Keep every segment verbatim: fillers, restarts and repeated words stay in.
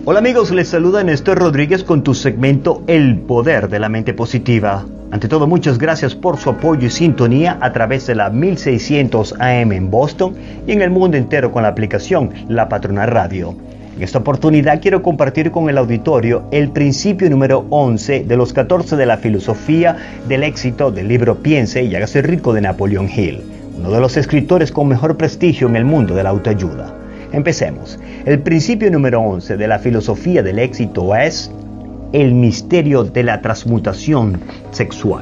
Hola amigos, les saluda Néstor Rodríguez con tu segmento El Poder de la Mente Positiva. Ante todo, muchas gracias por su apoyo y sintonía a través de la mil seiscientos A M en Boston y en el mundo entero con la aplicación La Patrona Radio. En esta oportunidad quiero compartir con el auditorio el principio número once de los catorce de la filosofía del éxito del libro Piense y hágase rico de Napoleon Hill, uno de los escritores con mejor prestigio en el mundo de la autoayuda. Empecemos. El principio número once de la filosofía del éxito es el misterio de la transmutación sexual.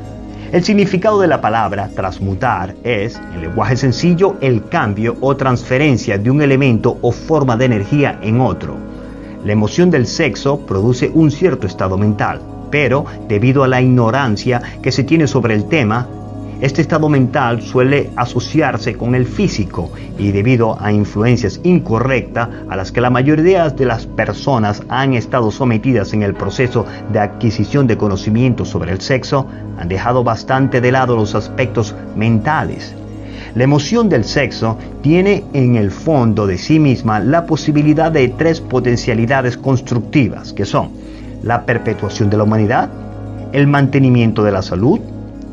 El significado de la palabra transmutar es, en lenguaje sencillo, el cambio o transferencia de un elemento o forma de energía en otro. La emoción del sexo produce un cierto estado mental, pero debido a la ignorancia que se tiene sobre el tema, este estado mental suele asociarse con el físico y debido a influencias incorrectas a las que la mayoría de las personas han estado sometidas en el proceso de adquisición de conocimientos sobre el sexo, han dejado bastante de lado los aspectos mentales. La emoción del sexo tiene en el fondo de sí misma la posibilidad de tres potencialidades constructivas, que son la perpetuación de la humanidad, el mantenimiento de la salud,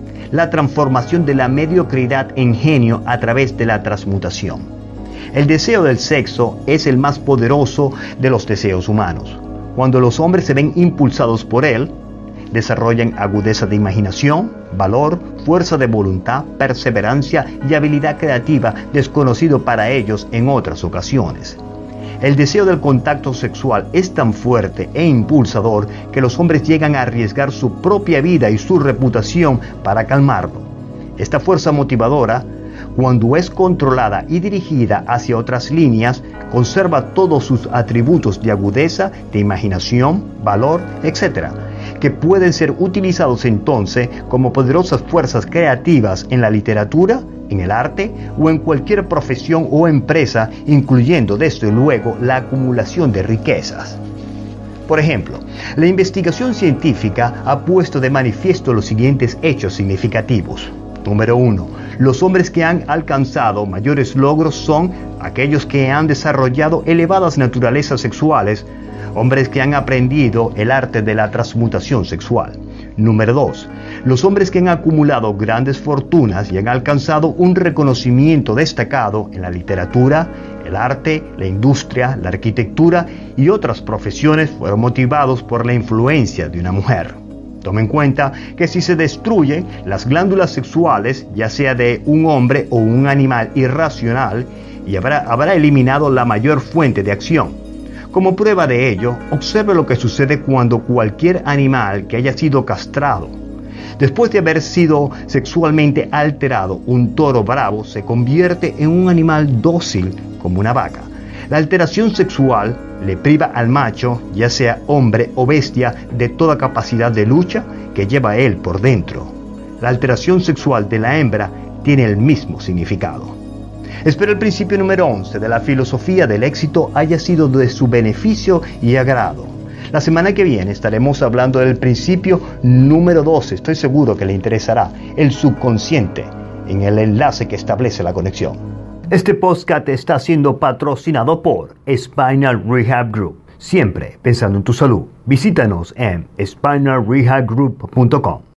la transformación de la mediocridad en genio a través de la transmutación. El deseo del sexo es el más poderoso de los deseos humanos. Cuando los hombres se ven impulsados por él, desarrollan agudeza de imaginación, valor, fuerza de voluntad, perseverancia y habilidad creativa desconocido para ellos en otras ocasiones. El deseo del contacto sexual es tan fuerte e impulsador que los hombres llegan a arriesgar su propia vida y su reputación para calmarlo. Esta fuerza motivadora, cuando es controlada y dirigida hacia otras líneas, conserva todos sus atributos de agudeza, de imaginación, valor, etcétera, que pueden ser utilizados entonces como poderosas fuerzas creativas en la literatura, en el arte o en cualquier profesión o empresa, incluyendo desde luego la acumulación de riquezas. Por ejemplo, la investigación científica ha puesto de manifiesto los siguientes hechos significativos. Número uno. Los hombres que han alcanzado mayores logros son aquellos que han desarrollado elevadas naturalezas sexuales, hombres que han aprendido el arte de la transmutación sexual. Número dos. Los hombres que han acumulado grandes fortunas y han alcanzado un reconocimiento destacado en la literatura, el arte, la industria, la arquitectura y otras profesiones fueron motivados por la influencia de una mujer. Toma en cuenta que si se destruyen las glándulas sexuales, ya sea de un hombre o un animal irracional, y habrá, habrá eliminado la mayor fuente de acción. Como prueba de ello, observe lo que sucede cuando cualquier animal que haya sido castrado, después de haber sido sexualmente alterado, un toro bravo se convierte en un animal dócil como una vaca. La alteración sexual le priva al macho, ya sea hombre o bestia, de toda capacidad de lucha que lleva él por dentro. La alteración sexual de la hembra tiene el mismo significado. Espero el principio número once de la filosofía del éxito haya sido de su beneficio y agrado. La semana que viene estaremos hablando del principio número doce, estoy seguro que le interesará, el subconsciente, en el enlace que establece la conexión. Este podcast está siendo patrocinado por Spinal Rehab Group. Siempre pensando en tu salud. Visítanos en spinal rehab group punto com.